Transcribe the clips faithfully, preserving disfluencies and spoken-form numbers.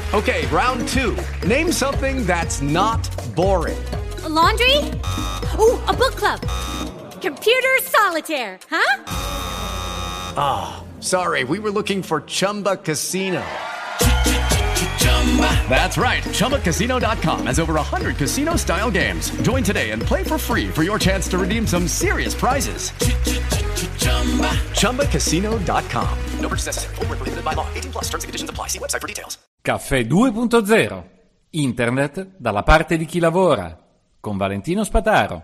Okay, round two. Name something that's not boring. A laundry? Ooh, a book club. Computer solitaire, huh? Ah, oh, sorry, we were looking for Chumba Casino. That's right, Chumba Casino dot com has over one hundred casino-style games. Join today and play for free for your chance to redeem some serious prizes. Chumba Casino dot com. No purchase necessary. Void where prohibited by law. eighteen plus terms and conditions apply. See website for details. Caffè due punto zero. Internet dalla parte di chi lavora. Con Valentino Spataro.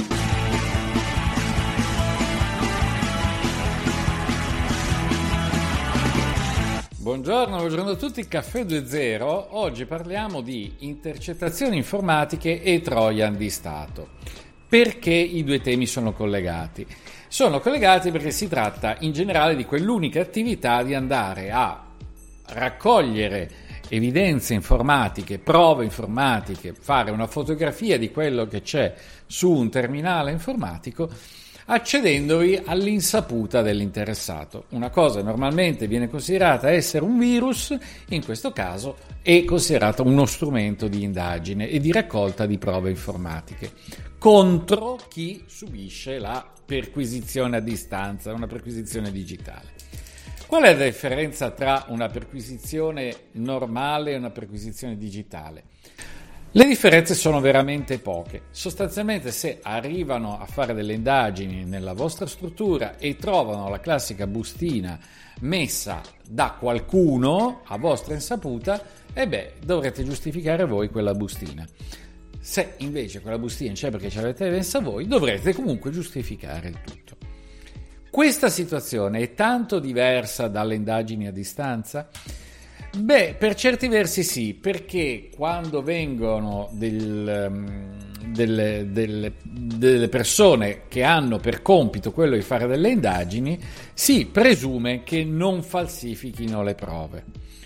Buongiorno, buongiorno a tutti, Caffè due punto zero. Oggi parliamo di intercettazioni informatiche e Trojan di Stato. Perché i due temi sono collegati? Sono collegati perché si tratta in generale di quell'unica attività di andare a raccogliere evidenze informatiche, prove informatiche, fare una fotografia di quello che c'è su un terminale informatico accedendovi all'insaputa dell'interessato. Una cosa normalmente viene considerata essere un virus, in questo caso è considerata uno strumento di indagine e di raccolta di prove informatiche contro chi subisce la perquisizione a distanza, una perquisizione digitale. Qual è la differenza tra una perquisizione normale e una perquisizione digitale? Le differenze sono veramente poche. Sostanzialmente, se arrivano a fare delle indagini nella vostra struttura e trovano la classica bustina messa da qualcuno a vostra insaputa, e beh, dovrete giustificare voi quella bustina. Se invece quella bustina c'è perché ce l'avete messa voi, dovrete comunque giustificare il tutto. Questa situazione è tanto diversa dalle indagini a distanza? Beh, per certi versi sì, perché quando vengono del, delle, delle, delle persone che hanno per compito quello di fare delle indagini, si presume che non falsifichino le prove.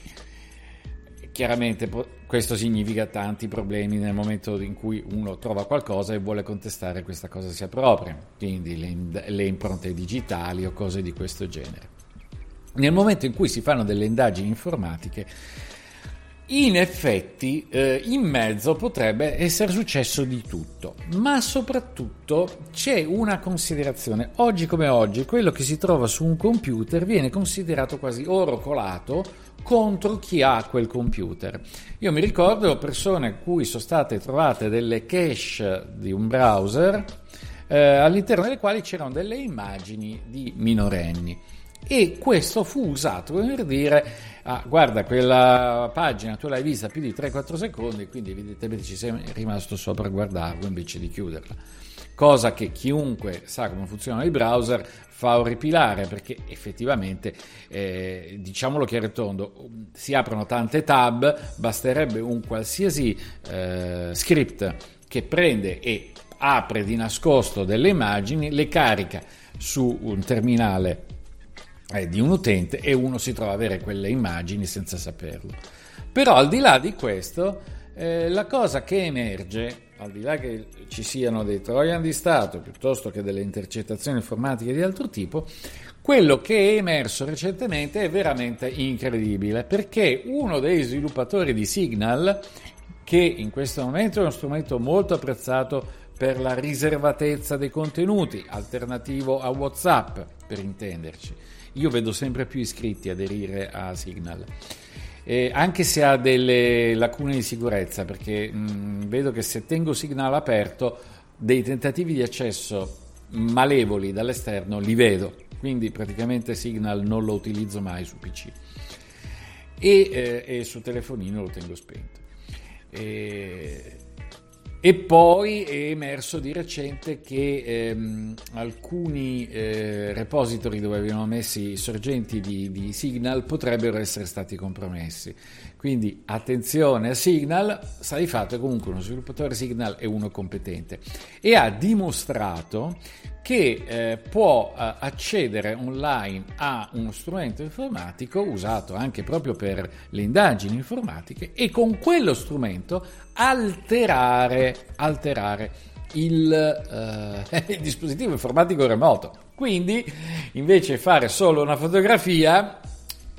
Chiaramente questo significa tanti problemi nel momento in cui uno trova qualcosa e vuole contestare questa cosa sia propria, quindi le, le impronte digitali o cose di questo genere. Nel momento in cui si fanno delle indagini informatiche, in effetti eh, in mezzo potrebbe essere successo di tutto, ma soprattutto c'è una considerazione. Oggi come oggi quello che si trova su un computer viene considerato quasi oro colato contro chi ha quel computer. Io mi ricordo persone a cui sono state trovate delle cache di un browser eh, all'interno delle quali c'erano delle immagini di minorenni. E questo fu usato per dire: ah, guarda, quella pagina tu l'hai vista più di tre quattro secondi, quindi evidentemente ci sei rimasto sopra a guardarlo invece di chiuderla. Cosa che chiunque sa come funzionano i browser fa orripilare, perché effettivamente, eh, diciamolo chiaro e tondo, si aprono tante tab, basterebbe un qualsiasi eh, script che prende e apre di nascosto delle immagini, le carica su un terminale di un utente e uno si trova a avere quelle immagini senza saperlo. Però al di là di questo, eh, la cosa che emerge, al di là che ci siano dei Trojan di Stato piuttosto che delle intercettazioni informatiche di altro tipo, quello che è emerso recentemente è veramente incredibile, perché uno dei sviluppatori di Signal, che in questo momento è uno strumento molto apprezzato per la riservatezza dei contenuti, alternativo a WhatsApp per intenderci. Io vedo sempre più iscritti aderire a Signal, eh, anche se ha delle lacune di sicurezza, perché mh, vedo che se tengo Signal aperto dei tentativi di accesso malevoli dall'esterno li vedo, quindi praticamente Signal non lo utilizzo mai su P C e, eh, e su telefonino lo tengo spento. E... E poi è emerso di recente che ehm, alcuni eh, repository dove avevano messi i sorgenti di, di Signal potrebbero essere stati compromessi. Quindi attenzione a Signal, sta di fatto che comunque uno sviluppatore Signal è uno competente e ha dimostrato che eh, può eh, accedere online a uno strumento informatico usato anche proprio per le indagini informatiche e con quello strumento alterare, alterare il, eh, il dispositivo informatico remoto. Quindi invece di fare solo una fotografia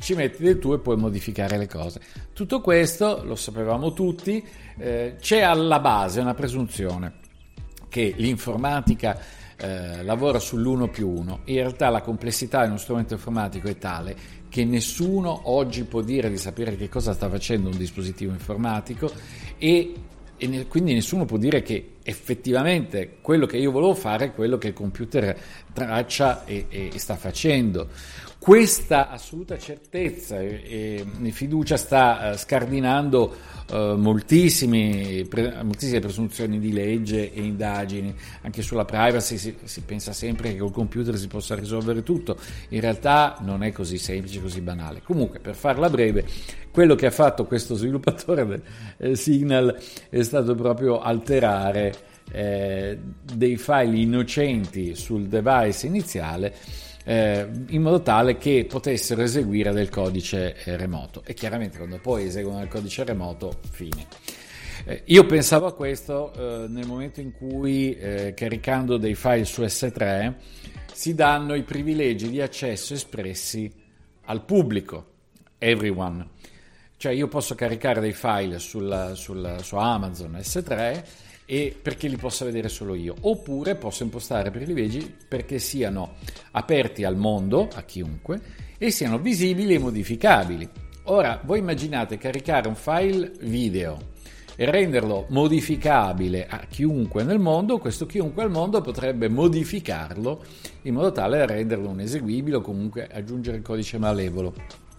ci metti del tuo e puoi modificare le cose. Tutto questo lo sapevamo tutti, eh, c'è alla base una presunzione che l'informatica eh, lavora sull'uno più uno. In realtà la complessità di uno strumento informatico è tale che nessuno oggi può dire di sapere che cosa sta facendo un dispositivo informatico e, e ne, quindi nessuno può dire che effettivamente quello che io volevo fare è quello che il computer traccia e, e, e sta facendo. Questa assoluta certezza e, e fiducia sta uh, scardinando uh, moltissimi, pre, moltissime presunzioni di legge e indagini. Anche sulla privacy si, si pensa sempre che col computer si possa risolvere tutto. In realtà non è così semplice, così banale. Comunque, per farla breve, quello che ha fatto questo sviluppatore del eh, Signal è stato proprio alterare eh, dei file innocenti sul device iniziale, Eh, in modo tale che potessero eseguire del codice eh, remoto, e chiaramente quando poi eseguono il codice remoto, fine. Eh, io pensavo a questo eh, nel momento in cui eh, caricando dei file su esse tre si danno i privilegi di accesso espressi al pubblico, everyone. Cioè io posso caricare dei file sulla, sulla, su Amazon esse tre e perché li possa vedere solo io, oppure posso impostare privilegi perché siano aperti al mondo, a chiunque, e siano visibili e modificabili. Ora, voi immaginate caricare un file video e renderlo modificabile a chiunque nel mondo. Questo chiunque al mondo potrebbe modificarlo in modo tale da renderlo un eseguibile o comunque aggiungere il codice malevolo,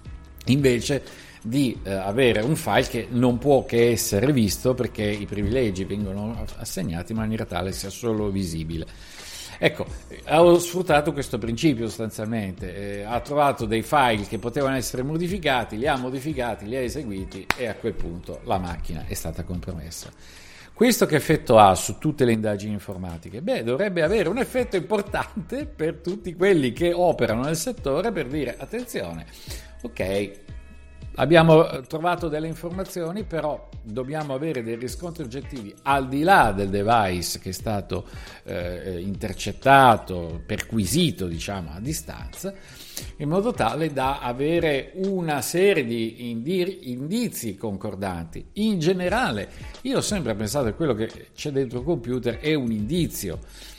invece di eh, avere un file che non può che essere visto perché i privilegi vengono assegnati in maniera tale sia solo visibile. Ecco, ho sfruttato questo principio sostanzialmente, eh, ha trovato dei file che potevano essere modificati, li ha modificati, li ha eseguiti e a quel punto la macchina è stata compromessa. Questo che effetto ha su tutte le indagini informatiche? Beh, dovrebbe avere un effetto importante per tutti quelli che operano nel settore, per dire attenzione, ok, abbiamo trovato delle informazioni, però dobbiamo avere dei riscontri oggettivi al di là del device che è stato eh, intercettato, perquisito, diciamo, a distanza, in modo tale da avere una serie di indi- indizi concordanti. In generale, io ho sempre pensato che quello che c'è dentro il computer è un indizio,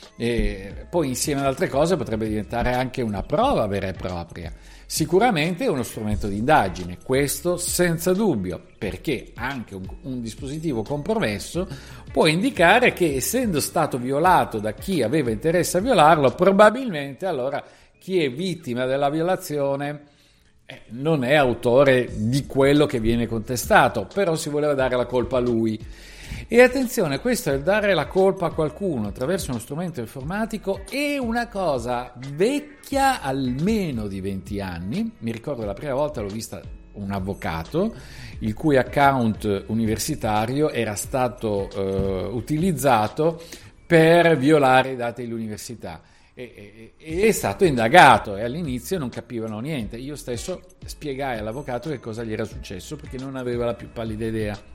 e poi insieme ad altre cose potrebbe diventare anche una prova vera e propria. Sicuramente è uno strumento di indagine, questo senza dubbio, perché anche un, un dispositivo compromesso può indicare che, essendo stato violato da chi aveva interesse a violarlo, probabilmente allora chi è vittima della violazione eh, non è autore di quello che viene contestato, però si voleva dare la colpa a lui. E attenzione, questo è dare la colpa a qualcuno attraverso uno strumento informatico è una cosa vecchia almeno di venti anni. Mi ricordo la prima volta l'ho vista un avvocato il cui account universitario era stato eh, utilizzato per violare i dati dell'università e, e, e è stato indagato, e all'inizio non capivano niente. Io stesso spiegai all'avvocato che cosa gli era successo perché non aveva la più pallida idea.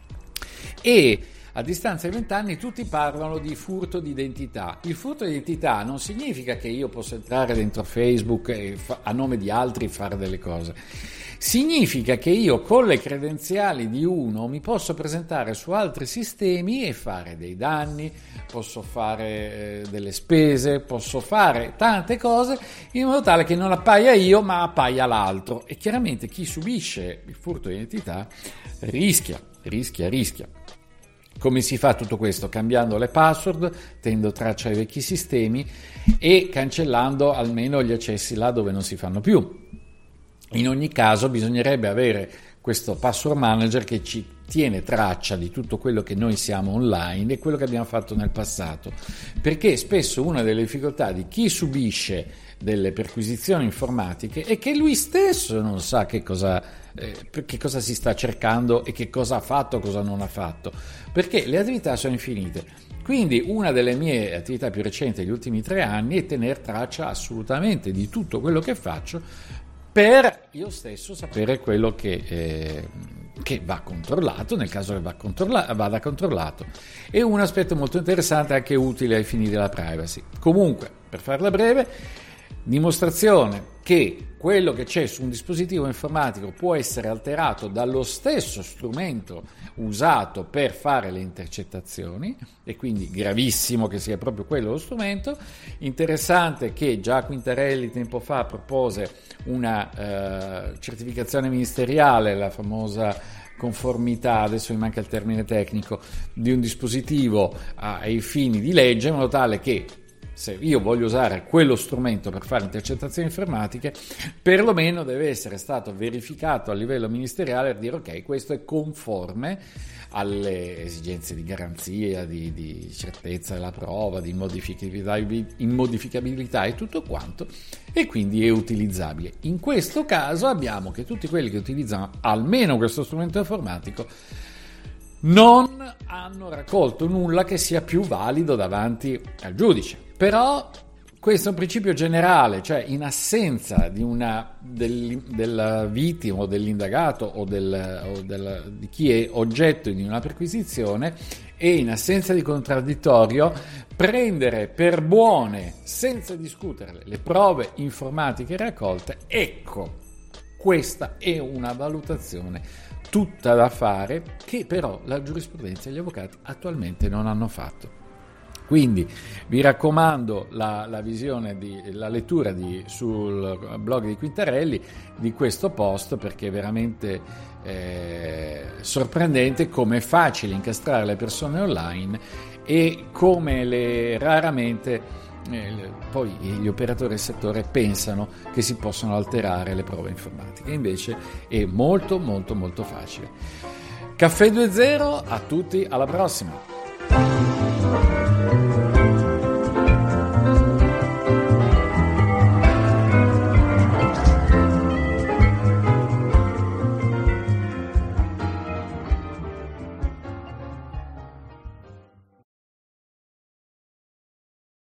E a distanza di vent'anni tutti parlano di furto di identità. Il furto di identità non significa che io possa entrare dentro Facebook e fa- a nome di altri fare delle cose. Significa che io con le credenziali di uno mi posso presentare su altri sistemi e fare dei danni, posso fare eh, delle spese, posso fare tante cose in modo tale che non appaia io ma appaia l'altro. E chiaramente chi subisce il furto di identità rischia, rischia, rischia. Come si fa tutto questo? Cambiando le password, tenendo traccia ai vecchi sistemi e cancellando almeno gli accessi là dove non si fanno più. In ogni caso bisognerebbe avere questo password manager che ci tiene traccia di tutto quello che noi siamo online e quello che abbiamo fatto nel passato, perché spesso una delle difficoltà di chi subisce delle perquisizioni informatiche è che lui stesso non sa che cosa, eh, che cosa si sta cercando e che cosa ha fatto, cosa non ha fatto, perché le attività sono infinite. Quindi una delle mie attività più recenti degli ultimi tre anni è tenere traccia assolutamente di tutto quello che faccio, per io stesso sapere quello che, eh, che va controllato, nel caso che va controlla- vada controllato. E un aspetto molto interessante, anche utile ai fini della privacy. Comunque, per farla breve, dimostrazione che quello che c'è su un dispositivo informatico può essere alterato dallo stesso strumento usato per fare le intercettazioni, e quindi gravissimo che sia proprio quello lo strumento. Interessante che già Quintarelli tempo fa propose una eh, certificazione ministeriale, la famosa conformità, adesso mi manca il termine tecnico, di un dispositivo ai fini di legge, in modo tale che se io voglio usare quello strumento per fare intercettazioni informatiche, perlomeno deve essere stato verificato a livello ministeriale per dire ok, questo è conforme alle esigenze di garanzia, di, di certezza della prova, di immodificabilità, immodificabilità e tutto quanto, e quindi è utilizzabile. In questo caso abbiamo che tutti quelli che utilizzano almeno questo strumento informatico non hanno raccolto nulla che sia più valido davanti al giudice. Però questo è un principio generale, cioè in assenza di una del, della vittima o dell'indagato o, del, o del, di chi è oggetto di una perquisizione, e in assenza di contraddittorio, prendere per buone, senza discuterle, le prove informatiche raccolte, ecco, questa è una valutazione tutta da fare, che però la giurisprudenza e gli avvocati attualmente non hanno fatto. Quindi vi raccomando la, la visione di, la lettura di, sul blog di Quintarelli di questo post, perché è veramente eh, sorprendente come è facile incastrare le persone online e come le raramente eh, poi gli operatori del settore pensano che si possono alterare le prove informatiche. Invece è molto molto molto facile. Caffè due zero a tutti, alla prossima!